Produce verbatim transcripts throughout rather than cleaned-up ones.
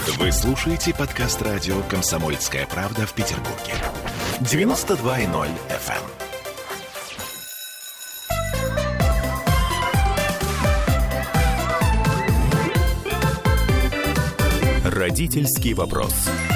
Вы слушаете подкаст радио «Комсомольская правда» в Петербурге. девяносто два и ноль эф эм. Родительский вопрос.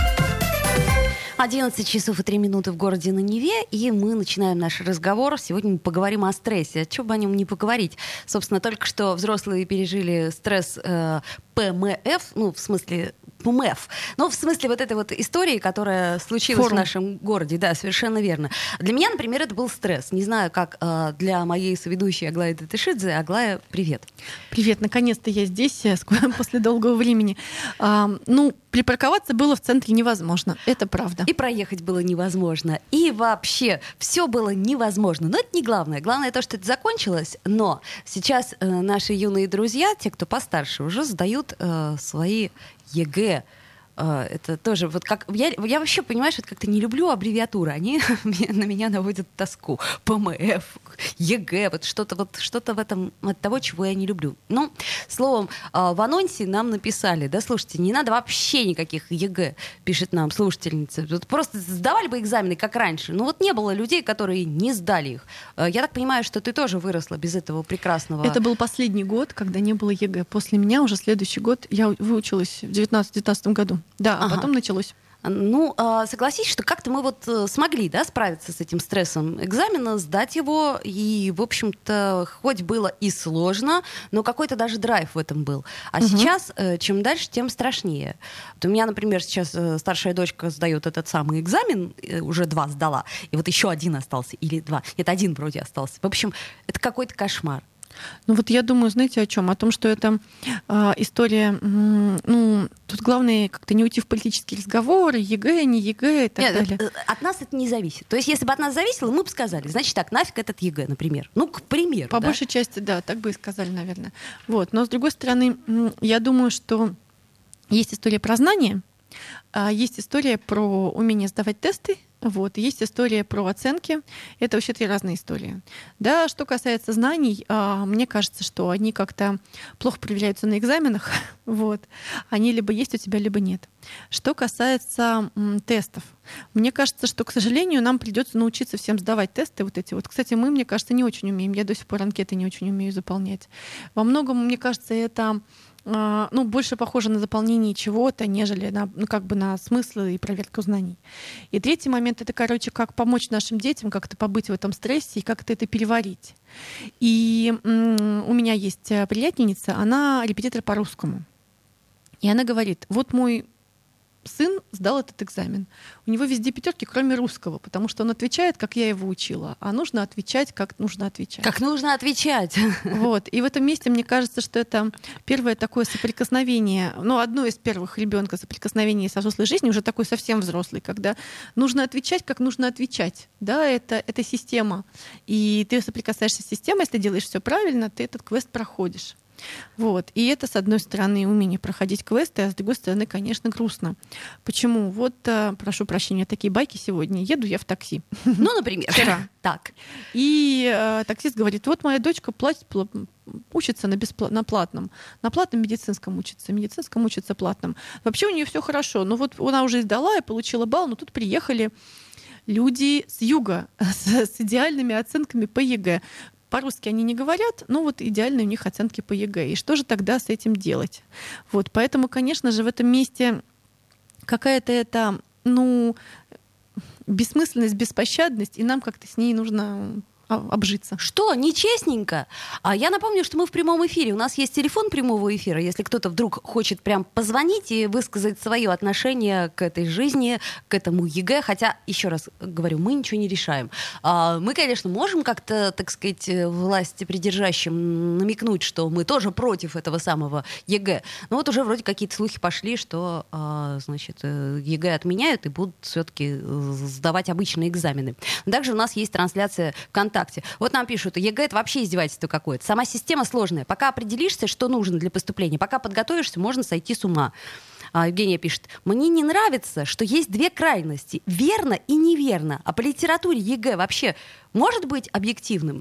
одиннадцать часов и три минуты в городе на Неве, и мы начинаем наш разговор. Сегодня мы поговорим о стрессе. Чего бы о нем не поговорить? Собственно, только что взрослые пережили стресс э, пэ эм эф, ну, в смысле пэ эм эф, но в смысле вот этой вот истории, которая случилась Форум. в нашем городе. Да, совершенно верно. Для меня, например, это был стресс. Не знаю, как э, для моей соведущей Аглаи Датышидзе. Аглая, привет. Привет, наконец-то я здесь после долгого времени. А, ну, припарковаться было в центре невозможно, это правда. И проехать было невозможно. И вообще все было невозможно. Но это не главное. Главное то, что это закончилось. Но сейчас э, наши юные друзья, те, кто постарше, уже сдают э, свои ЕГЭ. Uh, это тоже вот как я, я вообще, понимаешь, вот как-то не люблю аббревиатуры, они на меня наводят тоску. пэ эм эф, ЕГЭ, вот что-то вот что-то в этом от того, чего я не люблю. Ну, словом, uh, в анонсе нам написали, да, слушайте, не надо вообще никаких ЕГЭ, пишет нам слушательница. Вот просто сдавали бы экзамены, как раньше. Ну вот не было людей, которые не сдали их. Uh, я так понимаю, что ты тоже выросла без этого прекрасного. Это был последний год, когда не было ЕГЭ. После меня уже следующий год я выучилась в девятнадцатом-девятнадцатом году. Да, а ага. потом началось. Ну, согласись, что как-то мы вот смогли, да, справиться с этим стрессом экзамена, сдать его, и, в общем-то, хоть было и сложно, но какой-то даже драйв в этом был. А угу. сейчас, чем дальше, тем страшнее. Вот у меня, например, сейчас старшая дочка сдает этот самый экзамен, уже два сдала, и вот еще один остался, или два. Нет, один вроде остался. В общем, это какой-то кошмар. Ну вот я думаю, знаете, о чем? О том, что это э, история, м, ну, тут главное как-то не уйти в политические разговоры, ЕГЭ, не ЕГЭ и так Нет, далее. От нас это не зависит. То есть если бы от нас зависело, мы бы сказали, значит так, нафиг этот ЕГЭ, например. Ну, к примеру. По да? большей части, да, так бы и сказали, наверное. Вот. Но с другой стороны, я думаю, что есть история про знания, есть история про умение сдавать тесты, вот, есть история про оценки. Это вообще три разные истории. Да, что касается знаний, мне кажется, что они как-то плохо проверяются на экзаменах. Вот. Они либо есть у тебя, либо нет. Что касается м, тестов, мне кажется, что, к сожалению, нам придется научиться всем сдавать тесты вот эти вот. Кстати, мы, мне кажется, не очень умеем. Я до сих пор анкеты не очень умею заполнять. Во многом, мне кажется, это ну, больше похоже на заполнение чего-то, нежели на, ну, как бы на смыслы и проверку знаний. И третий момент — это, короче, как помочь нашим детям как-то побыть в этом стрессе и как-то это переварить. И м- у меня есть приятельница, она репетитор по русскому. И она говорит, вот мой сын сдал этот экзамен. У него везде пятерки, кроме русского, потому что он отвечает, как я его учила, а нужно отвечать, как нужно отвечать. Как нужно отвечать. Вот. И в этом месте мне кажется, что это первое такое соприкосновение, ну, одно из первых ребенка соприкосновений со взрослой жизнью, уже такой совсем взрослый, когда нужно отвечать, как нужно отвечать. Да, это, это система. И ты соприкасаешься с системой, если делаешь все правильно, ты этот квест проходишь. Вот. И это, с одной стороны, умение проходить квесты, а с другой стороны, конечно, грустно. Почему? Вот, прошу прощения, такие байки сегодня. Еду я в такси. Ну, например. Вчера. Так. И э, таксист говорит, вот моя дочка платит, учится на, беспла- на платном. На платном медицинском учится. Медицинском учится платном. Вообще у нее все хорошо. Но вот она уже сдала и получила балл, но тут приехали люди с юга с, с идеальными оценками по ЕГЭ. По-русски они не говорят, но вот идеальные у них оценки по ЕГЭ. И что же тогда с этим делать? Вот, поэтому, конечно же, в этом месте какая-то это, ну, бессмысленность, беспощадность, и нам как-то с ней нужно обжиться. Что? Нечестненько? А я напомню, что мы в прямом эфире. У нас есть телефон прямого эфира. Если кто-то вдруг хочет прям позвонить и высказать свое отношение к этой жизни, к этому ЕГЭ, хотя, еще раз говорю, мы ничего не решаем. А мы, конечно, можем как-то, так сказать, власти придержащим намекнуть, что мы тоже против этого самого ЕГЭ. Но вот уже вроде какие-то слухи пошли, что, значит, ЕГЭ отменяют и будут все-таки сдавать обычные экзамены. Также у нас есть трансляция ВКонтакте. Вот нам пишут, ЕГЭ — это вообще издевательство какое-то. Сама система сложная. Пока определишься, что нужно для поступления, пока подготовишься, можно сойти с ума. А Евгения пишет, мне не нравится, что есть две крайности. Верно и неверно. А по литературе ЕГЭ вообще может быть объективным?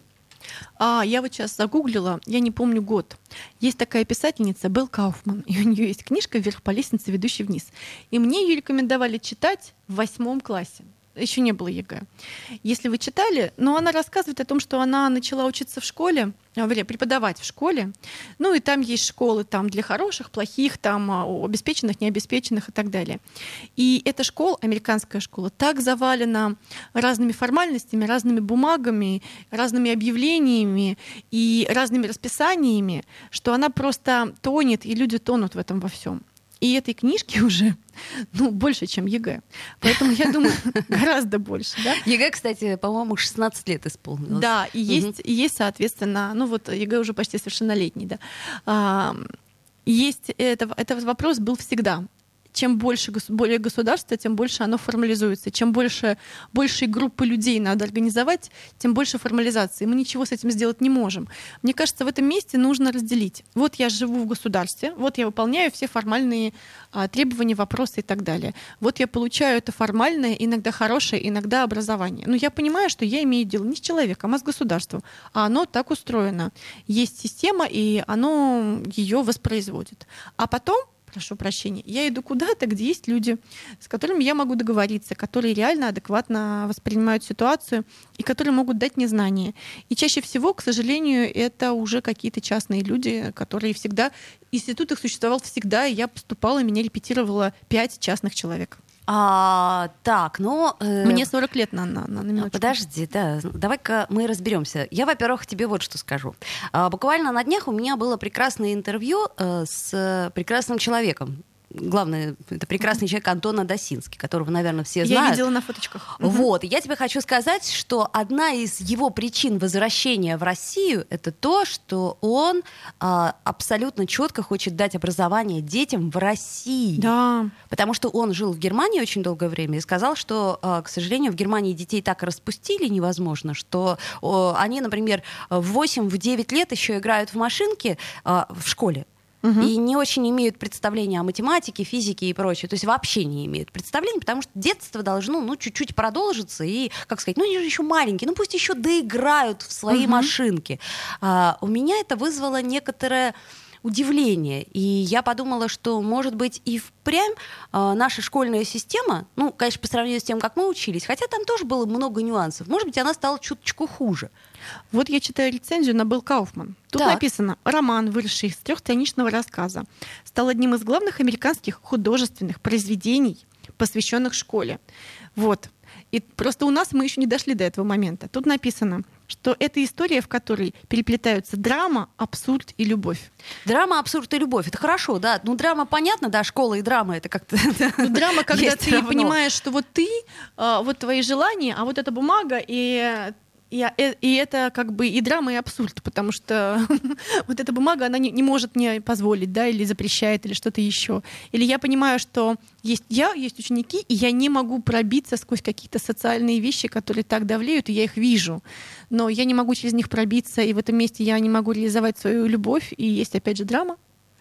А, я вот сейчас загуглила, я не помню год. Есть такая писательница Белл Кауфман, и у нее есть книжка «Вверх по лестнице, ведущей вниз». И мне ее рекомендовали читать в восьмом классе. Еще не было ЕГЭ. Если вы читали, но она рассказывает о том, что она начала учиться в школе, вернее, преподавать в школе. Ну и там есть школы там, для хороших, плохих, там, обеспеченных, необеспеченных и так далее. И эта школа, американская школа, так завалена разными формальностями, разными бумагами, разными объявлениями и разными расписаниями, что она просто тонет, и люди тонут в этом во всем. И этой книжки уже ну, больше, чем ЕГЭ. Поэтому я думаю, гораздо больше. Да? ЕГЭ, кстати, по-моему, шестнадцать лет исполнилось. Да, и есть, угу. и есть, соответственно, ну вот ЕГЭ уже почти совершеннолетний. Да. А, есть это, этот вопрос был всегда. Чем больше более государства, тем больше оно формализуется. Чем больше большей группы людей надо организовать, тем больше формализации. Мы ничего с этим сделать не можем. Мне кажется, в этом месте нужно разделить. Вот я живу в государстве, вот я выполняю все формальные а, требования, вопросы и так далее. Вот я получаю это формальное, иногда хорошее, иногда образование. Но я понимаю, что я имею дело не с человеком, а с государством. А оно так устроено. Есть система, и оно ее воспроизводит. А потом прошу прощения, я иду куда-то, где есть люди, с которыми я могу договориться, которые реально адекватно воспринимают ситуацию и которые могут дать мне знания. И чаще всего, к сожалению, это уже какие-то частные люди, которые всегда... Институт их существовал всегда, и я поступала, меня репетировало пять частных человек. А, так, ну... Э... Мне сорок лет на, на, на минуточку. Подожди, да, давай-ка мы разберемся. Я, во-первых, тебе вот что скажу. А, буквально на днях у меня было прекрасное интервью э, с прекрасным человеком. Главное, это прекрасный человек Антон Адасинский, которого, наверное, все знают. Я видела на фоточках. Вот, и я тебе хочу сказать, что одна из его причин возвращения в Россию — это то, что он а, абсолютно четко хочет дать образование детям в России. Да. Потому что он жил в Германии очень долгое время и сказал, что, а, к сожалению, в Германии детей так распустили невозможно, что а, они, например, в восемь-девять лет еще играют в машинки а, в школе. Угу. И не очень имеют представления о математике, физике и прочее. То есть вообще не имеют представления, потому что детство должно ну, чуть-чуть продолжиться. И, как сказать, ну они же еще маленькие, ну пусть еще доиграют в свои угу. машинки. А, у меня это вызвало некоторое удивление. И я подумала, что, может быть, и впрямь э, наша школьная система, ну, конечно, по сравнению с тем, как мы учились, хотя там тоже было много нюансов, может быть, она стала чуточку хуже. Вот я читаю рецензию на Белл Кауфман. Тут так. написано: роман, выросший из трехстраничного рассказа, стал одним из главных американских художественных произведений, посвященных школе. Вот. И просто у нас мы еще не дошли до этого момента. Тут написано, что это история, в которой переплетаются драма, абсурд и любовь. Драма, абсурд и любовь. Это хорошо, да. Ну, драма, понятно, да, школа и драма, это как-то... Ну, драма, когда ты равно. Понимаешь, что вот ты, вот твои желания, а вот эта бумага, и... И, и это как бы и драма, и абсурд, потому что вот эта бумага, она не, не может мне позволить, да, или запрещает, или что-то еще. Или я понимаю, что есть я, есть ученики, и я не могу пробиться сквозь какие-то социальные вещи, которые так давлеют, и я их вижу. Но я не могу через них пробиться, и в этом месте я не могу реализовать свою любовь, и есть, опять же, драма.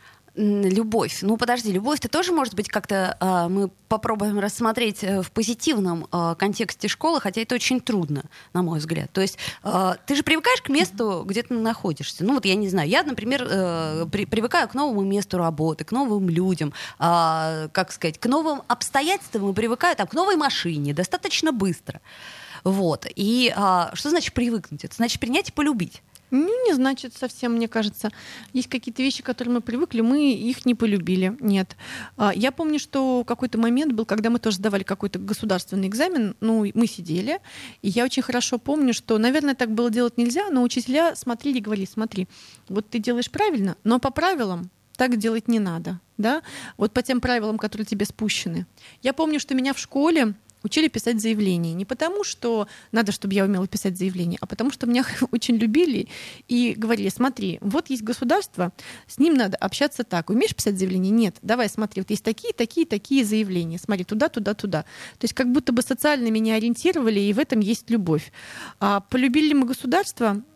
Любовь. Ну, подожди, любовь-то тоже может быть как-то э, мы попробуем рассмотреть э, в позитивном э, контексте школы, хотя это очень трудно, на мой взгляд. То есть э, ты же привыкаешь к месту, где ты находишься. Ну, вот я не знаю, я, например, э, при, привыкаю к новому месту работы, к новым людям, э, как сказать, к новым обстоятельствам и привыкаю там, к новой машине достаточно быстро. Вот. И э, что значит привыкнуть? Это значит принять и полюбить. Ну, не значит совсем, мне кажется. Есть какие-то вещи, к которым мы привыкли, мы их не полюбили. Нет. Я помню, что какой-то момент был, когда мы тоже сдавали какой-то государственный экзамен, ну, мы сидели, и я очень хорошо помню, что, наверное, так было делать нельзя, но учителя смотрели и говорили: смотри, вот ты делаешь правильно, но по правилам так делать не надо. Да? Вот по тем правилам, которые тебе спущены. Я помню, что меня в школе учили писать заявления. Не потому, что надо, чтобы я умела писать заявления, а потому, что меня очень любили и говорили: смотри, вот есть государство, с ним надо общаться так. Умеешь писать заявления? Нет. Давай, смотри, вот есть такие, такие, такие заявления. Смотри, туда, туда, туда. То есть как будто бы социально меня ориентировали, и в этом есть любовь. А полюбили ли мы государство?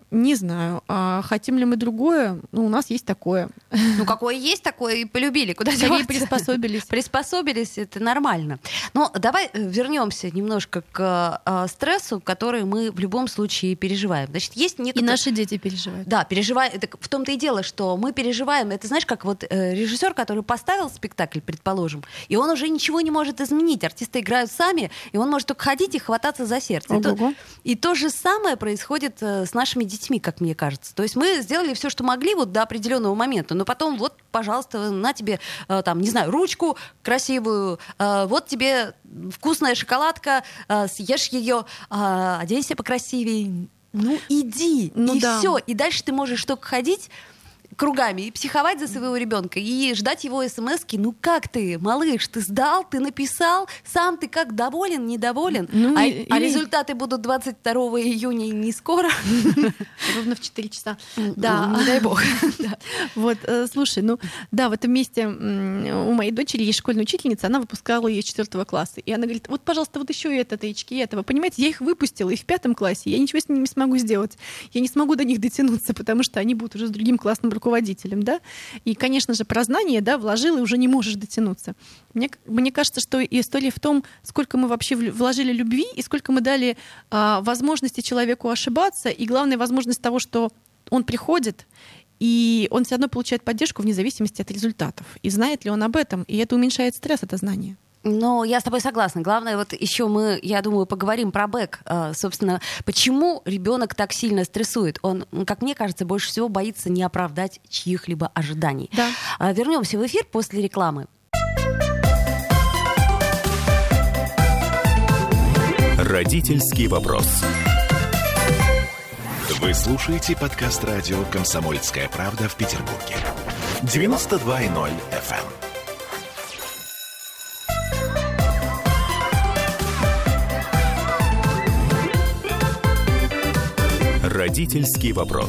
Не знаю. А хотим ли мы другое? Ну, у нас есть такое. Ну, какое есть, такое и полюбили. Куда Скорее деваться? приспособились. Приспособились, это нормально. Но давай вернемся немножко к э, стрессу, который мы в любом случае переживаем. Значит, есть И некоторые... наши дети переживают. Да, переживаем. Это в том-то и дело, что мы переживаем. Это знаешь, как вот э, режиссер, который поставил спектакль, предположим, и он уже ничего не может изменить. Артисты играют сами, и он может только ходить и хвататься за сердце. И то, и то же самое происходит э, с нашими детьми, как мне кажется. То есть мы сделали все, что могли вот до определенного момента, но потом вот, пожалуйста, на тебе, э, там, не знаю, ручку красивую, э, вот тебе вкусная шоколадка, э, съешь ее, э, оденься покрасивее. Ну, иди, ну, и да. все. И дальше ты можешь только ходить кругами и психовать за своего ребенка и ждать его смс-ки. Ну как ты, малыш, ты сдал, ты написал, сам ты как доволен, недоволен? Ну, а, и, а или... результаты будут двадцать второго июня не скоро. Ровно в четыре часа. Да, не дай бог. Вот, слушай, ну да, в этом месте у моей дочери есть школьная учительница, она выпускала ее из четвертого класса. И она говорит, вот, пожалуйста, вот еще и это, и очки этого. Понимаете, я их выпустила и в пятом классе, я ничего с ними не смогу сделать. Я не смогу до них дотянуться, потому что они будут уже с другим классным руководителем. руководителем, да, и, конечно же, про знание, да, вложил и уже не можешь дотянуться. Мне, мне кажется, что и история в том, сколько мы вообще вложили любви и сколько мы дали а, возможности человеку ошибаться, и главное, возможность того, что он приходит, и он все равно получает поддержку вне зависимости от результатов. И знает ли он об этом, и это уменьшает стресс, это знание. Ну, я с тобой согласна. Главное, вот еще мы, я думаю, поговорим про бэк. Собственно, почему ребенок так сильно стрессует? Он, как мне кажется, больше всего боится не оправдать чьих-либо ожиданий. Да. Вернемся в эфир после рекламы. Родительский вопрос. Вы слушаете подкаст радио «Комсомольская правда» в Петербурге. девяносто два и ноль эф эм. Родительский вопрос.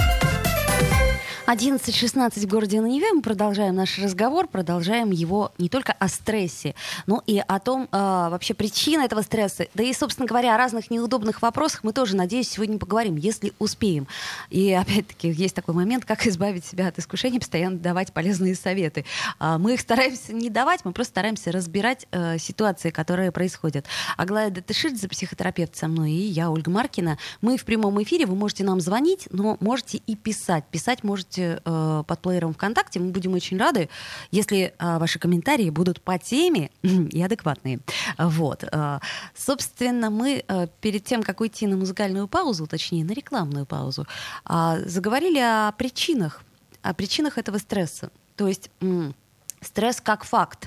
одиннадцать шестнадцать в городе на Неве. Мы продолжаем наш разговор, продолжаем его не только о стрессе, но и о том, э, вообще причины этого стресса. Да и, собственно говоря, о разных неудобных вопросах мы тоже, надеюсь, сегодня поговорим, если успеем. И, опять-таки, есть такой момент, как избавить себя от искушения постоянно давать полезные советы. А мы их стараемся не давать, мы просто стараемся разбирать э, ситуации, которые происходят. Аглая Датышидзе, психотерапевт, со мной, и я, Ольга Маркина. Мы в прямом эфире, вы можете нам звонить, но можете и писать. Писать можете под плеером ВКонтакте. Мы будем очень рады, если а, ваши комментарии будут по теме и адекватные. Вот. А, собственно, мы а, перед тем, как уйти на музыкальную паузу, точнее, на рекламную паузу, а, заговорили о причинах, о причинах этого стресса. То есть м- стресс как факт.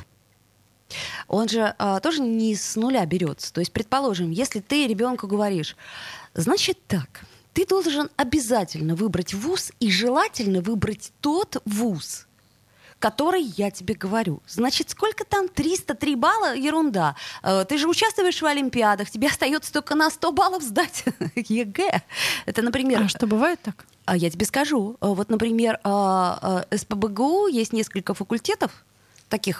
Он же а, тоже не с нуля берется. То есть, предположим, если ты ребенку говоришь, значит так, ты должен обязательно выбрать вуз и желательно выбрать тот вуз, который я тебе говорю. Значит, сколько там? триста три балла? Ерунда. Ты же участвуешь в Олимпиадах, тебе остается только на сто баллов сдать ЕГЭ. Это, например... А что, бывает так? А я тебе скажу. Вот, например, эс пэ бэ гэ у есть несколько факультетов, таких,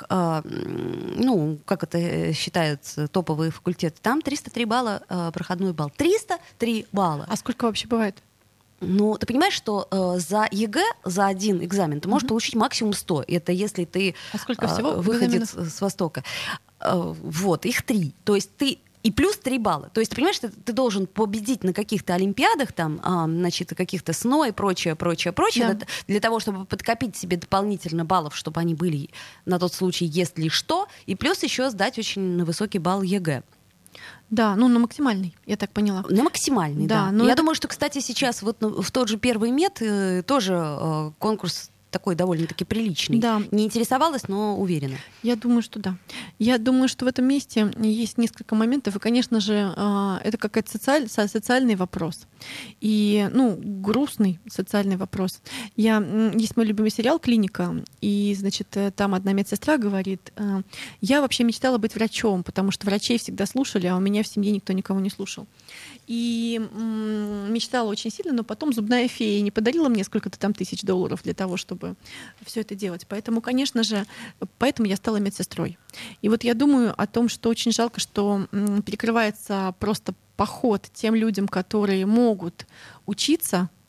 ну, как это считаются, топовые факультеты, там триста три балла проходной балл. триста три балла. А сколько вообще бывает? Ну, ты понимаешь, что э, за ЕГЭ, за один экзамен ты можешь uh-huh. получить максимум сто. Это если ты а сколько всего э, выходец с Востока. Э, вот, их три. То есть ты и плюс три балла. То есть ты понимаешь, что ты должен победить на каких-то олимпиадах, там, а, значит, каких-то СНО и прочее, прочее, прочее, да. для, для того, чтобы подкопить себе дополнительно баллов, чтобы они были на тот случай, если что, и плюс еще сдать очень высокий балл ЕГЭ. Да, ну на максимальный, я так поняла. На максимальный, да. да. Я это... думаю, что, кстати, сейчас вот в тот же первый мед э, тоже э, конкурс такой довольно-таки приличный. Да. Не интересовалась, но уверена. Я думаю, что да. Я думаю, что в этом месте есть несколько моментов, и, конечно же, это какой-то социаль... социальный вопрос. И, ну, грустный социальный вопрос. Я... Есть мой любимый сериал «Клиника», и, значит, там одна медсестра говорит, я вообще мечтала быть врачом, потому что врачей всегда слушали, а у меня в семье никто никого не слушал. И м- мечтала очень сильно, но потом зубная фея не подарила мне сколько-то там тысяч долларов для того, чтобы все это делать. Поэтому, конечно же, поэтому я стала медсестрой. И вот я думаю о том, что очень жалко, что м- перекрывается просто поход тем людям, которые могут учиться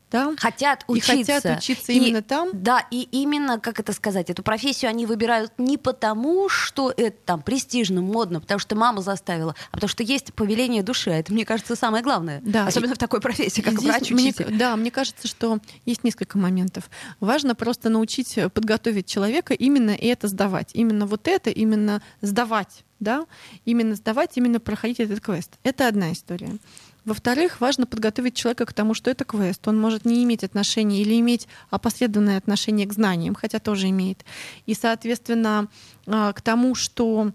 Да? Хотят и учиться. хотят учиться И- именно там. Да, и именно, как это сказать, эту профессию они выбирают не потому, что это там престижно, модно, потому что мама заставила, а потому что есть повеление души. А это, мне кажется, самое главное. Да, Особенно в такой профессии, как Здесь мне, врач-учитель. да, мне кажется, что есть несколько моментов. Важно просто научить подготовить человека именно это сдавать. Именно вот это, именно сдавать. Да? Именно сдавать, именно проходить этот квест. Это одна история. Во-вторых, важно подготовить человека к тому, что это квест. Он может не иметь отношения или иметь опосредованное отношение к знаниям, хотя тоже имеет. И, соответственно, к тому, что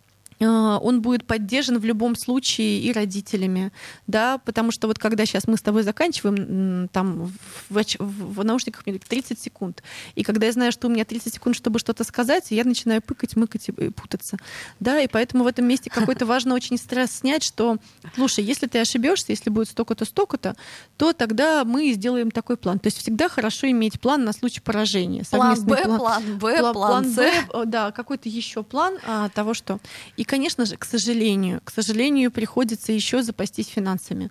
он будет поддержан в любом случае и родителями, да, потому что вот когда сейчас мы с тобой заканчиваем, там в, оч- в наушниках мне говорят тридцать секунд, и когда я знаю, что у меня тридцать секунд, чтобы что-то сказать, я начинаю пыкать, мыкать и путаться, да, и поэтому в этом месте какой-то важно очень стресс снять, что, слушай, если ты ошибешься, если будет столько-то, столько-то, то тогда мы сделаем такой план. То есть всегда хорошо иметь план на случай поражения. План Совместный Б, план Б, пла- план С. Б, да, какой-то еще план а, того, что. И, конечно же, к сожалению, к сожалению, приходится еще запастись финансами.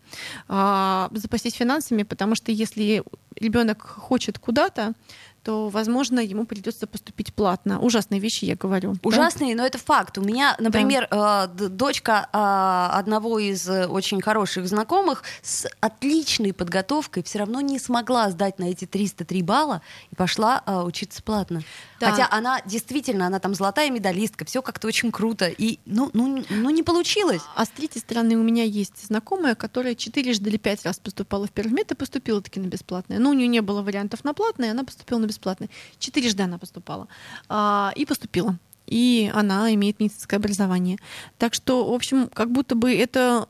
А, запастись финансами, потому что если ребенок хочет куда-то, то, возможно, ему придется поступить платно. Ужасные вещи, я говорю. Ужасные, да? Но это факт. У меня, например, да. э, дочка э, одного из очень хороших знакомых с отличной подготовкой все равно не смогла сдать на эти триста три балла и пошла э, учиться платно. Да. Хотя она действительно, она там золотая медалистка, все как-то очень круто. И ну, ну, ну не получилось. А с третьей стороны, у меня есть знакомая, которая четырежды или пять раз поступала в первый мед и поступила таки на бесплатное. Но у нее не было вариантов на платное, она поступила на бесплатное. Четырежды она поступала. А, и поступила. И она имеет медицинское образование. Так что, в общем, как будто бы это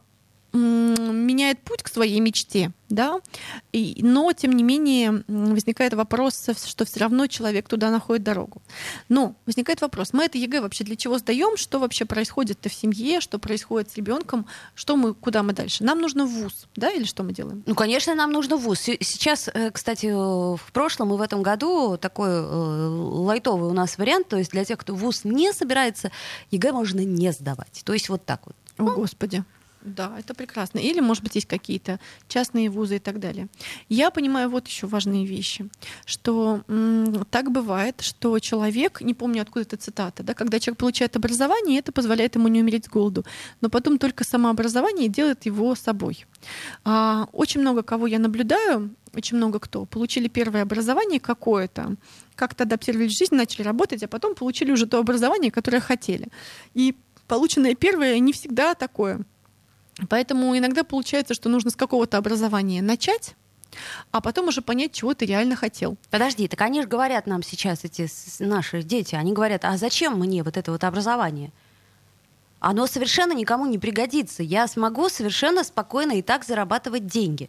м- меняет путь к своей мечте, да, и, но, тем не менее, возникает вопрос, что все равно человек туда находит дорогу. Но возникает вопрос, мы это ЕГЭ вообще для чего сдаем, что вообще происходит-то в семье, что происходит с ребенком, что мы, куда мы дальше? Нам нужно в вуз, да, или что мы делаем? Ну, конечно, нам нужно в вуз. Сейчас, кстати, в прошлом и в этом году такой лайтовый у нас вариант, то есть для тех, кто в вуз не собирается, ЕГЭ можно не сдавать. То есть вот так вот. О, ну, Господи. Да, это прекрасно. Или, может быть, есть какие-то частные вузы и так далее. Я понимаю вот еще важные вещи, что м- так бывает, что человек, не помню, откуда эта цитата, да, когда человек получает образование, это позволяет ему не умереть с голоду, но потом только самообразование делает его собой. А, очень много кого я наблюдаю, очень много кто получили первое образование какое-то, как-то адаптировались в жизнь, начали работать, а потом получили уже то образование, которое хотели. И полученное первое не всегда такое. Поэтому иногда получается, что нужно с какого-то образования начать, а потом уже понять, чего ты реально хотел. Подожди, так они же говорят нам сейчас, эти наши дети, они говорят, а зачем мне вот это вот образование? Оно совершенно никому не пригодится. Я смогу совершенно спокойно и так зарабатывать деньги.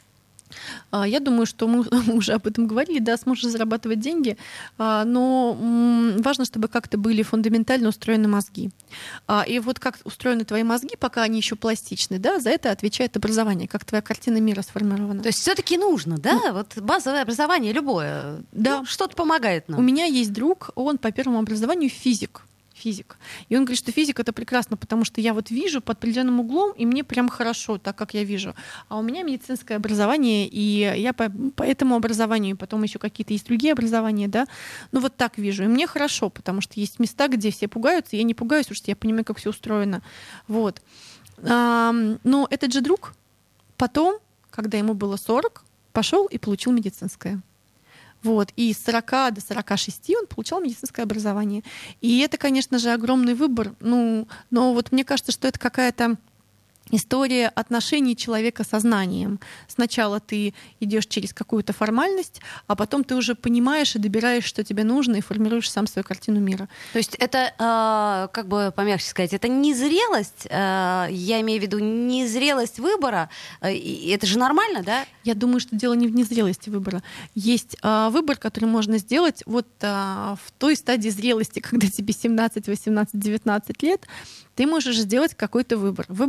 Я думаю, что мы уже об этом говорили, да, сможешь зарабатывать деньги, но важно, чтобы как-то были фундаментально устроены мозги. И вот как устроены твои мозги, пока они еще пластичны, да, за это отвечает образование, как твоя картина мира сформирована. То есть все-таки нужно, да, ну, вот базовое образование любое, да, ну, что-то помогает нам. У меня есть друг, он по первому образованию физик. Физик. И он говорит, что физика — это прекрасно, потому что я вот вижу под определенным углом, и мне прям хорошо, так как я вижу. А у меня медицинское образование, и я по, по этому образованию, потом еще какие-то есть другие образования, да, ну вот так вижу. И мне хорошо, потому что есть места, где все пугаются, и я не пугаюсь, потому что я понимаю, как все устроено. Вот. А, но этот же друг потом, когда ему было сорок, пошел и получил медицинское. Вот. И с сорока до сорока шести он получал медицинское образование. И это, конечно же, огромный выбор. Ну, но вот мне кажется, что это какая-то история отношений человека со знанием. Сначала ты идешь через какую-то формальность, а потом ты уже понимаешь и добираешь, что тебе нужно, и формируешь сам свою картину мира. То есть это, э, как бы помягче сказать, это незрелость, э, я имею в виду незрелость выбора, э, и это же нормально, да? Я думаю, что дело не в незрелости выбора. Есть э, выбор, который можно сделать вот э, в той стадии зрелости, когда тебе семнадцать, восемнадцать, девятнадцать лет, ты можешь сделать какой-то выбор. Выбор такой.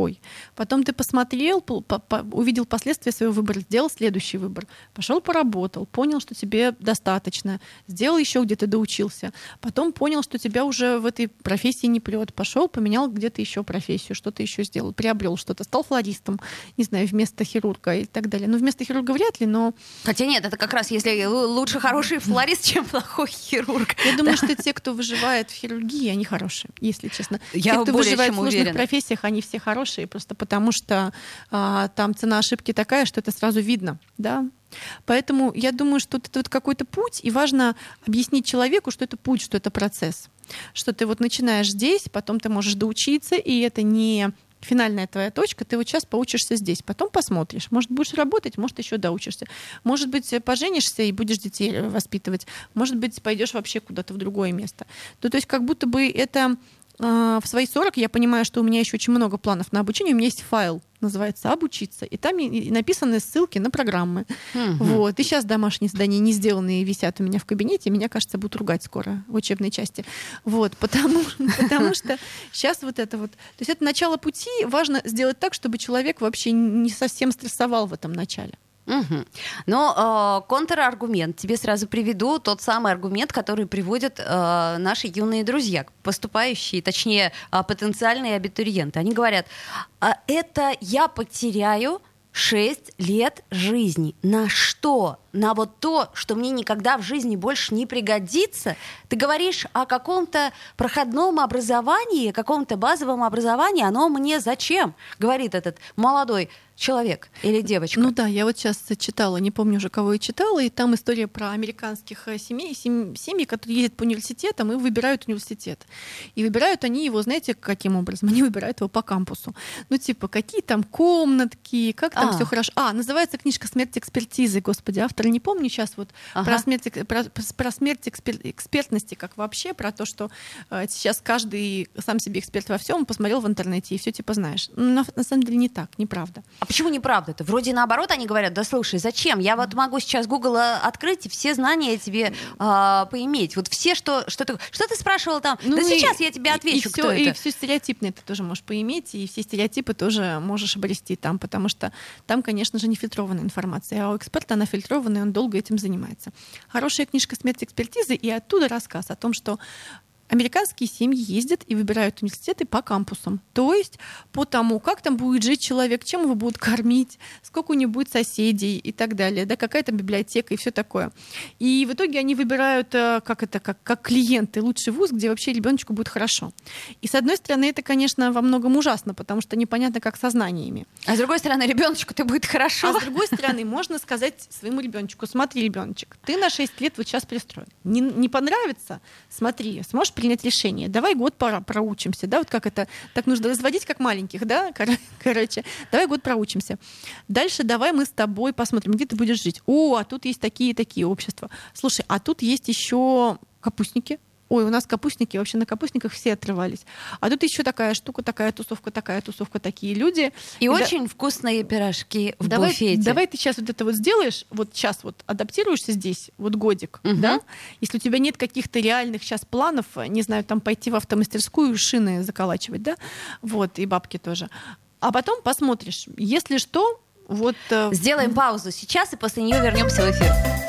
такой. Потом ты посмотрел, по- по- увидел последствия своего выбора, сделал следующий выбор. Пошел поработал, понял, что тебе достаточно, сделал еще где-то доучился. Потом понял, что тебя уже в этой профессии не прет. Пошел, поменял где-то еще профессию, что-то еще сделал, приобрел что-то, стал флористом, не знаю, вместо хирурга и так далее. Ну, вместо хирурга вряд ли, но... Хотя нет, это как раз если лучше хороший флорист, чем плохой хирург. Я думаю, что те, кто выживает в хирургии, они хорошие, если честно. Я те, кто более выживает чем в сложных уверена. профессиях, они все хорошие, просто потому что а, там цена ошибки такая, что это сразу видно, да. Поэтому я думаю, что это вот какой-то путь, и важно объяснить человеку, что это путь, что это процесс. Что ты вот начинаешь здесь, потом ты можешь доучиться, и это не финальная твоя точка, ты вот сейчас поучишься здесь, потом посмотришь. Может, будешь работать, может, еще доучишься. Может быть, поженишься и будешь детей воспитывать. Может быть, пойдешь вообще куда-то в другое место. Ну, то есть как будто бы это э, в свои сорок я понимаю, что у меня еще очень много планов на обучение. У меня есть файл, называется «Обучиться». И там и написаны ссылки на программы. Mm-hmm. Вот. И сейчас домашние задания не сделанные висят у меня в кабинете. Меня, кажется, будут ругать скоро в учебной части. Вот. Потому, потому что сейчас вот это вот... То есть это начало пути. Важно сделать так, чтобы человек вообще не совсем стрессовал в этом начале. Угу. Но э, контраргумент тебе сразу приведу, тот самый аргумент, который приводят э, наши юные друзья, поступающие, точнее, э, потенциальные абитуриенты. Они говорят, а это я потеряю шесть лет жизни. На что? На вот то, что мне никогда в жизни больше не пригодится? Ты говоришь о каком-то проходном образовании, каком-то базовом образовании. Оно мне зачем? Говорит этот молодой человек или девочка. Ну да, я вот сейчас читала, не помню уже, кого я читала, и там история про американских семей, семь, семьи, которые ездят по университетам и выбирают университет. И выбирают они его, знаете, каким образом? Они выбирают его по кампусу. Ну типа, какие там комнатки, как там а. все хорошо. А, называется книжка «Смерть экспертизы», господи, автора не помню сейчас вот ага. про смерть, про, про смерть экспер, экспертности, как вообще, про то, что э, сейчас каждый сам себе эксперт во всем, посмотрел в интернете и все типа знаешь. Но на самом деле не так, неправда. А почему неправда-то? Вроде наоборот они говорят, да слушай, зачем? Я вот могу сейчас Google открыть и все знания тебе а, поиметь. Вот все, что, что ты... Что ты спрашивала там? Ну да и, сейчас я тебе отвечу, и кто всё, это. И все стереотипное ты тоже можешь поиметь, и все стереотипы тоже можешь обрести там, потому что там, конечно же, не фильтрованная информация, а у эксперта она фильтрованная, и он долго этим занимается. Хорошая книжка «Смерть экспертизы», и оттуда рассказ о том, что американские семьи ездят и выбирают университеты по кампусам. То есть по тому, как там будет жить человек, чем его будут кормить, сколько у него будет соседей и так далее, да, какая там библиотека и все такое. И в итоге они выбирают, как это, как, как клиенты, лучший вуз, где вообще ребеночку будет хорошо. И с одной стороны, это, конечно, во многом ужасно, потому что непонятно, как со знаниями. А с другой стороны, ребеночку-то будет хорошо. А с другой стороны, можно сказать своему ребеночку: смотри, ребеночек, ты на шесть лет вот сейчас пристроен. Не, не понравится? Смотри, сможешь принять решение. Давай год пора проучимся, да, вот как это, так нужно разводить как маленьких, да, короче, давай год проучимся. Дальше давай мы с тобой посмотрим, где ты будешь жить. О, а тут есть такие и такие общества. Слушай, а тут есть еще капустники. Ой, у нас капустники, вообще на капустниках все отрывались. А тут еще такая штука, такая тусовка, такая тусовка, такие люди. И, и очень да... вкусные пирожки в давай, буфете. Давай ты сейчас вот это вот сделаешь, вот сейчас вот адаптируешься здесь, вот годик, угу. да? Если у тебя нет каких-то реальных сейчас планов, не знаю, там пойти в автомастерскую шины заколачивать, да? Вот, и бабки тоже. А потом посмотришь. Если что, вот... Сделаем паузу сейчас, и после нее вернемся в эфир.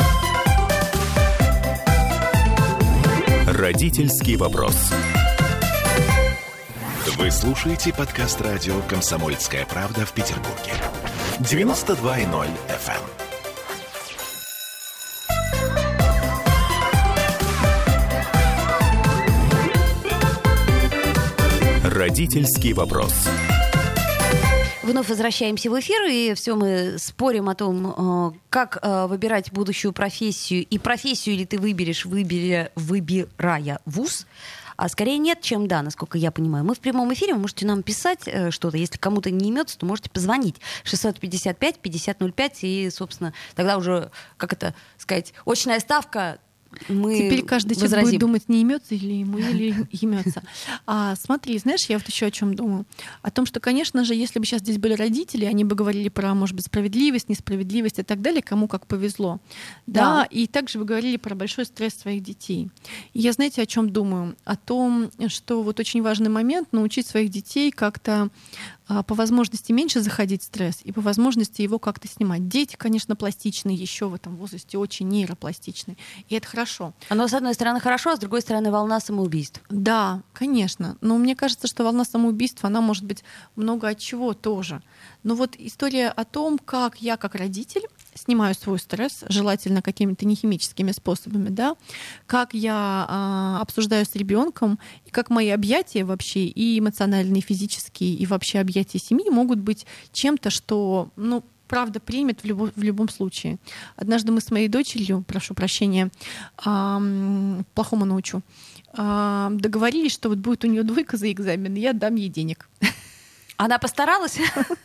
Родительский вопрос. Вы слушаете подкаст радио «Комсомольская правда» в Петербурге. девяносто два и ноль эф эм. Родительский вопрос. Вновь возвращаемся в эфир, и все мы спорим о том, как выбирать будущую профессию, и профессию ли ты выберешь, выберя, выбирая вуз. А скорее нет, чем да, насколько я понимаю. Мы в прямом эфире, вы можете нам писать что-то. Если кому-то не имется, то можете позвонить. шестьсот пятьдесят пять пятьдесят ноль пять, и, собственно, тогда уже, как это сказать, очная ставка. Мы Теперь каждый человек возразим. будет думать, не имется или ему, или имется. А, смотри, знаешь, я вот еще о чем думаю. О том, что, конечно же, если бы сейчас здесь были родители, они бы говорили про, может быть, справедливость, несправедливость и так далее, кому как повезло. Да. Да, и также бы говорили про большой стресс своих детей. И я, знаете, о чем думаю? О том, что вот очень важный момент — научить своих детей как-то по возможности меньше заходить в стресс и по возможности его как-то снимать. Дети, конечно, пластичные еще в этом возрасте, очень нейропластичные, и это хорошо. Оно, с одной стороны, хорошо, а с другой стороны, волна самоубийств. Да, конечно. Но мне кажется, что волна самоубийств, она может быть много от чего тоже. Но вот история о том, как я как родитель снимаю свой стресс, желательно какими-то нехимическими способами, да, как я а, обсуждаю с ребенком, и как мои объятия вообще и эмоциональные, и физические, и вообще объятия семьи могут быть чем-то, что, ну, правда примет в, любо, в любом случае. Однажды мы с моей дочерью, прошу прощения, а, плохому научу, а, договорились, что вот будет у нее двойка за экзамен, и я дам ей денег. Она постаралась?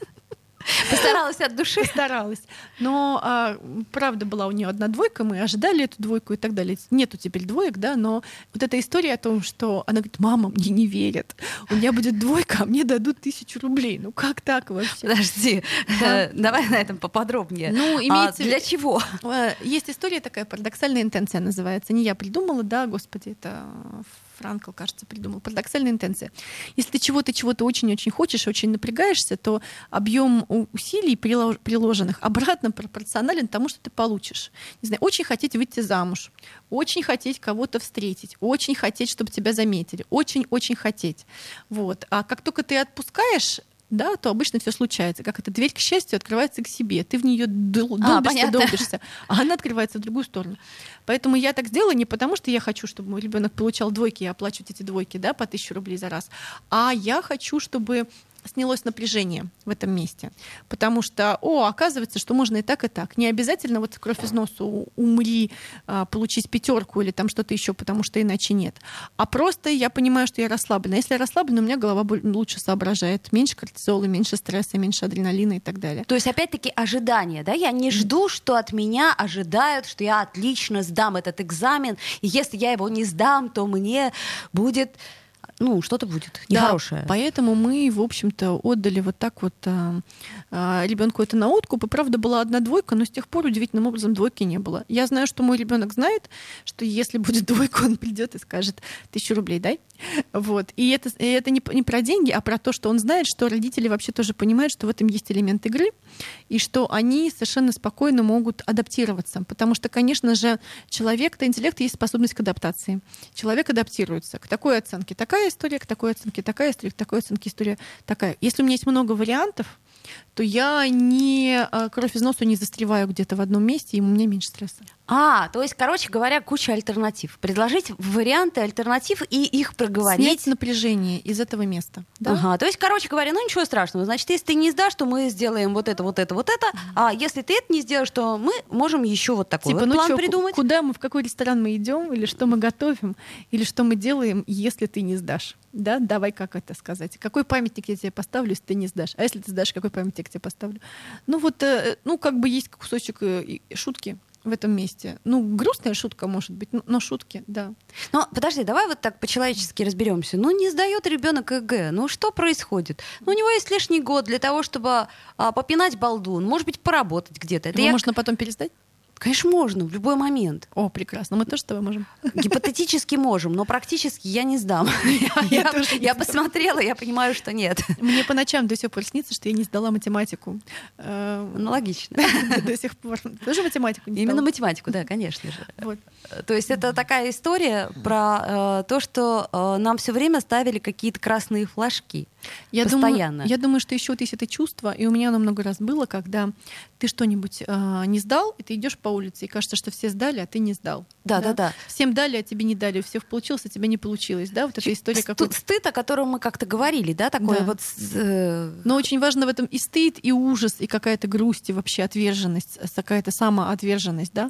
Постаралась от души. Постаралась. Но а, правда была у нее одна двойка, мы ожидали эту двойку и так далее. Нету теперь двоек, да, но вот эта история о том, что она говорит: мама, мне не верят. У меня будет двойка, а мне дадут тысячу рублей. Ну как так вообще? Подожди, да? Давай на этом поподробнее. Ну, имеется... а для чего? Есть история такая, парадоксальная интенция называется. Не я придумала, да, господи, это... Франкл, кажется, придумал. Парадоксальная интенция. Если ты чего-то, чего-то очень-очень хочешь, очень напрягаешься, то объем усилий, приложенных, обратно пропорционален тому, что ты получишь. Не знаю, очень хотеть выйти замуж, очень хотеть кого-то встретить, очень хотеть, чтобы тебя заметили, очень-очень хотеть. Вот. А как только ты отпускаешь, да, то обычно все случается. Как эта дверь, к счастью, открывается к себе. Ты в нее долбишься, а, долбишься, а она открывается в другую сторону. Поэтому я так сделала не потому, что я хочу, чтобы мой ребенок получал двойки и оплачивать эти двойки, да, по тысяче рублей за раз, а я хочу, чтобы снялось напряжение в этом месте. Потому что, о, оказывается, что можно и так, и так. Не обязательно вот кровь из носа, умри, получить пятерку или там что-то еще, потому что иначе нет. А просто я понимаю, что я расслаблена. Если я расслаблена, у меня голова лучше соображает. Меньше кортизола, меньше стресса, меньше адреналина и так далее. То есть, опять-таки, ожидание, да? Я не жду, что от меня ожидают, что я отлично сдам этот экзамен, и если я его не сдам, то мне будет... Ну, что-то будет нехорошее. Да, поэтому мы, в общем-то, отдали вот так вот а, а, ребенку это на откуп. И правда была одна двойка, но с тех пор удивительным образом двойки не было. Я знаю, что мой ребенок знает, что если будет двойка, он придет и скажет: тысячу рублей дай. Вот. И это, и это не, не про деньги, а про то, что он знает, что родители вообще тоже понимают, что в этом есть элемент игры, и что они совершенно спокойно могут адаптироваться. Потому что, конечно же, человек-то, интеллект, есть способность к адаптации. Человек адаптируется к такой оценке. Такая история, к такой оценке, такая история, к такой оценке, история такая. Если у меня есть много вариантов, то я не кровь из носу не застреваю где-то в одном месте, и у меня меньше стресса. А, то есть, короче говоря, куча альтернатив. Предложить варианты альтернатив и их проговорить. Снять напряжение из этого места. Да? Ага, то есть, короче говоря, ну ничего страшного. Значит, если ты не сдашь, то мы сделаем вот это, вот это, вот это. Mm-hmm. А если ты это не сделаешь, то мы можем еще вот такой типа, вот ну план чё, придумать. Куда мы, в какой ресторан мы идем, или что мы готовим, или что мы делаем, если ты не сдашь. Да, давай, как это сказать? Какой памятник я тебе поставлю, если ты не сдашь? А если ты сдашь, какой памятник я тебе поставлю? Ну вот, ну как бы есть кусочек шутки в этом месте. Ну, грустная шутка, может быть, но шутки, да. Но подожди, давай вот так по-человечески разберемся. Ну, не сдает ребенок ЕГЭ. Ну, что происходит? Ну, у него есть лишний год для того, чтобы а, попинать балду. Может быть, поработать где-то. Это Его я... можно потом пересдать? Конечно, можно, в любой момент. О, прекрасно, мы тоже с тобой можем. Гипотетически можем, но практически я не сдам. Я, я, я посмотрела, я понимаю, что нет. Мне по ночам до сих пор снится, что я не сдала математику. Аналогично. До сих пор. Тоже математику не сдала? Именно математику, да, конечно же. Вот. То есть это такая история про э, то, что э, нам все время ставили какие-то красные флажки. Я постоянно. Думаю, я думаю, что еще вот есть это чувство, и у меня оно много раз было, когда ты что-нибудь э, не сдал, и ты идешь по улице, и кажется, что все сдали, а ты не сдал. Да, да, да. да. Всем дали, а тебе не дали. Все получилось, а тебе не получилось. Да? Вот эта история. Тут какой-то... стыд, о котором мы как-то говорили, да, такое да. вот. Э... Но очень важно в этом и стыд, и ужас, и какая-то грусть, и вообще отверженность, какая-то самоотверженность, да.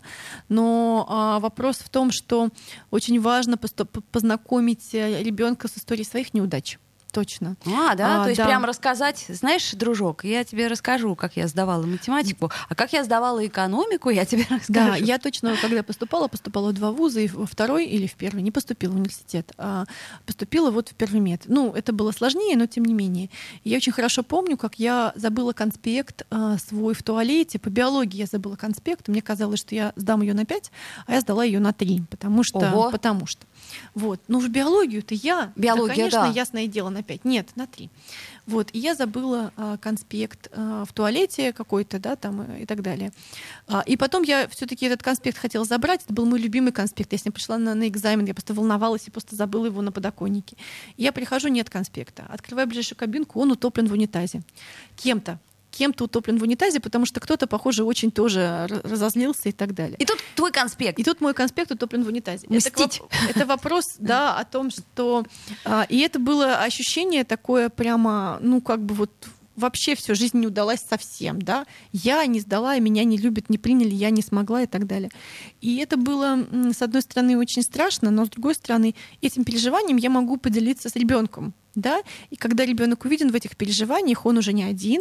Но а, вопрос в том, что очень важно познакомить ребенка с историей своих неудач. Точно. А, да? А, То есть да. прям рассказать, знаешь, дружок, я тебе расскажу, как я сдавала математику, а как я сдавала экономику, я тебе расскажу. Да, я точно, когда поступала, поступала в два вуза, и во второй или в первый, не поступила в университет, а поступила вот в первый мед. Ну, это было сложнее, но тем не менее. Я очень хорошо помню, как я забыла конспект а, свой в туалете. По биологии я забыла конспект, мне казалось, что я сдам ее на пять, а я сдала ее на три, потому что... Ого. Потому что. Вот. Ну, в биологию-то я... Биология, да, конечно, да. ясное дело, на пять. Нет, на три. Вот, и я забыла а, конспект а, в туалете какой-то, да, там и так далее. А, и потом я все-таки этот конспект хотела забрать. Это был мой любимый конспект. Я с ним пришла на, на экзамен, я просто волновалась и просто забыла его на подоконнике. И я прихожу, нет конспекта. Открываю ближайшую кабинку, он утоплен в унитазе. Кем-то. Кем-то утоплен в унитазе, потому что кто-то, похоже, очень тоже разозлился и так далее. И тут твой конспект. И тут мой конспект утоплен в унитазе. Мстить. Это, это вопрос, да, о том, что... А, и это было ощущение такое прямо, ну, как бы вот вообще все, жизнь не удалась совсем, да. Я не сдала, меня не любят, не приняли, я не смогла и так далее. И это было, с одной стороны, очень страшно, но с другой стороны, этим переживанием я могу поделиться с ребенком. Да? И когда ребенок увиден в этих переживаниях, он уже не один,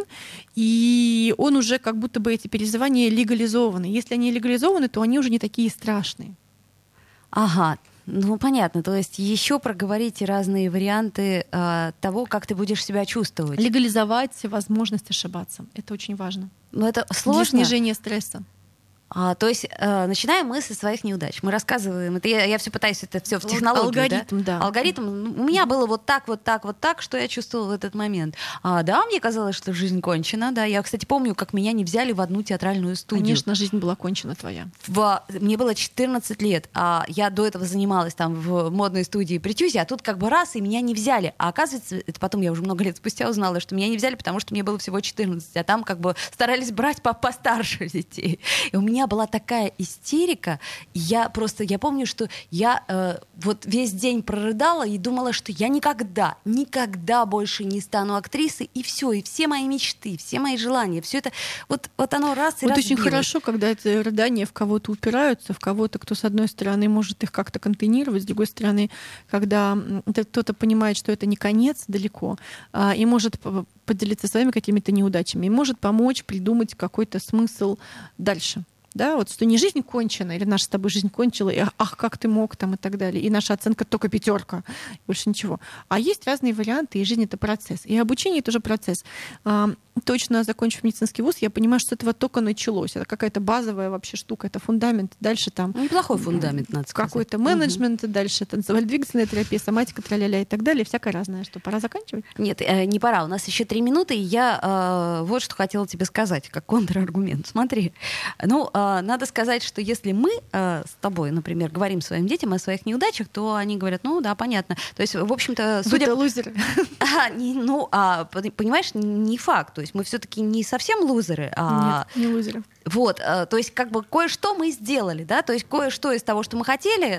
и он уже как будто бы эти переживания легализованы. Если они легализованы, то они уже не такие страшные. Ага, ну понятно. То есть еще проговорите разные варианты э, того, как ты будешь себя чувствовать. Легализовать возможность ошибаться. Это очень важно. Но это сложно. Для снижения стресса. А, то есть э, начинаем мы со своих неудач. Мы рассказываем, это я, я все пытаюсь это все в технологию. Алгоритм, да. да. Алгоритм. У меня было вот так, вот так, вот так, что я чувствовала в этот момент. А, да, мне казалось, что жизнь кончена. Да, я, кстати, помню, как меня не взяли в одну театральную студию. Конечно, жизнь была кончена твоя. В, мне было четырнадцать лет, а я до этого занималась там в модной студии Притюзи, а тут как бы раз, и меня не взяли. А оказывается, это потом я уже много лет спустя узнала, что меня не взяли, потому что мне было всего четырнадцать, а там как бы старались брать по постарше детей. И у меня У меня была такая истерика, и я просто, я помню, что я э, вот весь день прорыдала и думала, что я никогда, никогда больше не стану актрисой, и все, и все мои мечты, все мои желания, все это, вот, вот оно раз и вот разбилось. очень хорошо, когда эти рыдания в кого-то упираются, в кого-то, кто, с одной стороны, может их как-то контейнировать, с другой стороны, когда кто-то понимает, что это не конец далеко, а, и может поделиться своими какими-то неудачами, и может помочь придумать какой-то смысл дальше. Да, вот что не жизнь кончена, или наша с тобой жизнь кончила, и ах, как ты мог, там, и так далее. И наша оценка только пятерка, больше ничего. А есть разные варианты, и жизнь — это процесс. И обучение — это тоже процесс. А, точно закончив медицинский вуз, я понимаю, что с этого только началось. Это какая-то базовая вообще штука, это фундамент. Дальше там... Неплохой фундамент, надо сказать. Какой-то менеджмент, угу. Дальше танцевально-двигательная терапия, соматика, тра-ля-ля и так далее. Всякое разное. Что, пора заканчивать? Нет, э, не пора. У нас еще три минуты, и я э, вот что хотела тебе сказать, как контраргумент. Смотри. Ну, э, надо сказать, что если мы э, с тобой, например, говорим своим детям о своих неудачах, то они говорят, ну да, понятно. То есть, в общем-то, судя... Вы-то лузеры. А, не, ну, а, понимаешь, не факт. То есть мы все-таки не совсем лузеры. А... Нет, не лузеры. Вот, э, то есть как бы кое-что мы сделали, да, то есть кое-что из того, что мы хотели,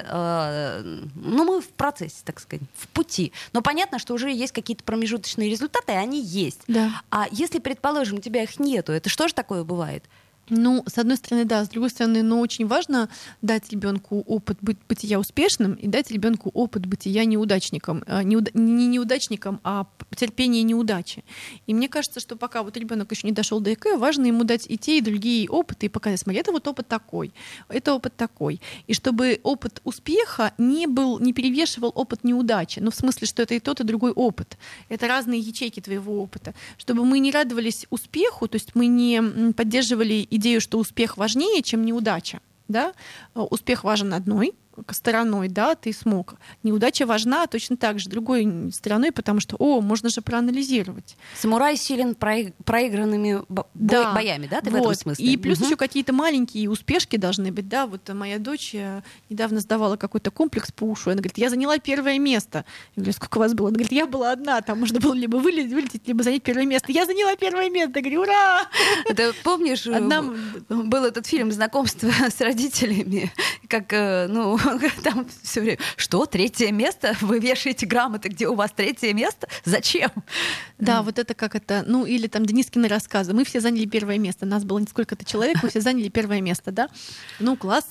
э, ну, мы в процессе, так сказать, в пути. Но понятно, что уже есть какие-то промежуточные результаты, и они есть. Да. А если, предположим, у тебя их нету, это что же такое бывает? Ну, с одной стороны, да, с другой стороны, но очень важно дать ребенку опыт быть, бытия успешным и дать ребенку опыт бытия неудачником. Неуда- не неудачником, а терпение неудачи. И мне кажется, что пока вот ребенок еще не дошел до ЭК, важно ему дать и те, и другие опыты, и показать, смотри, это вот опыт такой, это опыт такой. И чтобы опыт успеха не был, не перевешивал опыт неудачи. Ну, в смысле, что это и тот, и другой опыт. Это разные ячейки твоего опыта. Чтобы мы не радовались успеху, то есть мы не поддерживали идею, что успех важнее, чем неудача. Да? Успех важен одной стороной, да, ты смог. Неудача важна точно так же другой стороной, потому что, о, можно же проанализировать. Самурай силен проиг- проигранными бо- да. боями, да, ты вот. в этом смысле? И плюс угу. еще какие-то маленькие успешки должны быть, да, вот моя дочь недавно сдавала какой-то комплекс по ушу, она говорит, я заняла первое место. Я говорю, сколько у вас было? Она говорит, я была одна, там можно было либо вылететь, вылететь либо занять первое место. Я заняла первое место. Я говорю, ура! Ты помнишь, Одна... был этот фильм «Знакомство с родителями», как, ну, там все время, что, третье место? Вы вешаете грамоты, где у вас третье место? Зачем? Да, вот это как это, ну или там Денискины рассказы. Мы все заняли первое место. Нас было несколько-то человек, мы все заняли первое место, да? Ну, класс,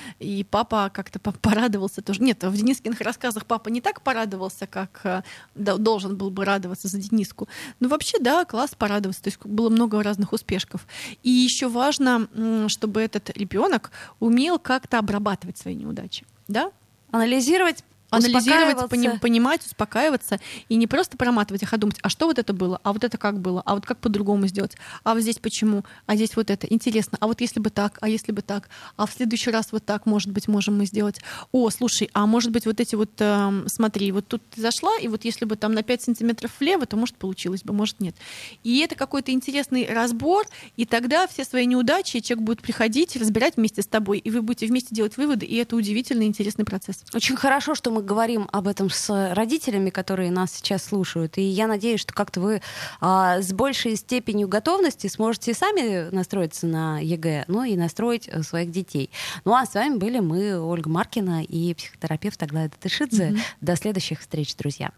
и папа как-то порадовался тоже. Нет, в Денискиных рассказах папа не так порадовался, как должен был бы радоваться за Дениску. Ну, вообще, да, класс порадовался. То есть было много разных успешков. И еще важно, чтобы этот ребенок умел как-то обрабатывать свои неудачи. Да? Анализировать анализировать, пони- понимать, успокаиваться и не просто проматывать их, а думать, а что вот это было, а вот это как было, а вот как по-другому сделать, а вот здесь почему, а здесь вот это, интересно, а вот если бы так, а если бы так, а в следующий раз вот так, может быть, можем мы сделать. О, слушай, а может быть вот эти вот, э, смотри, вот тут ты зашла, и вот если бы там на пять сантиметров влево, то может получилось бы, может нет. И это какой-то интересный разбор, и тогда все свои неудачи человек будет приходить, разбирать вместе с тобой, и вы будете вместе делать выводы, и это удивительный, интересный процесс. Очень хорошо, что мы говорим об этом с родителями, которые нас сейчас слушают. И я надеюсь, что как-то вы а, с большей степенью готовности сможете сами настроиться на ЕГЭ, ну и настроить своих детей. Ну а с вами были мы, Ольга Маркина и психотерапевт Аглая Датышидзе. Mm-hmm. До следующих встреч, друзья.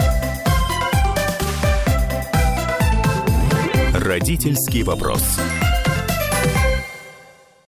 Родительский вопрос.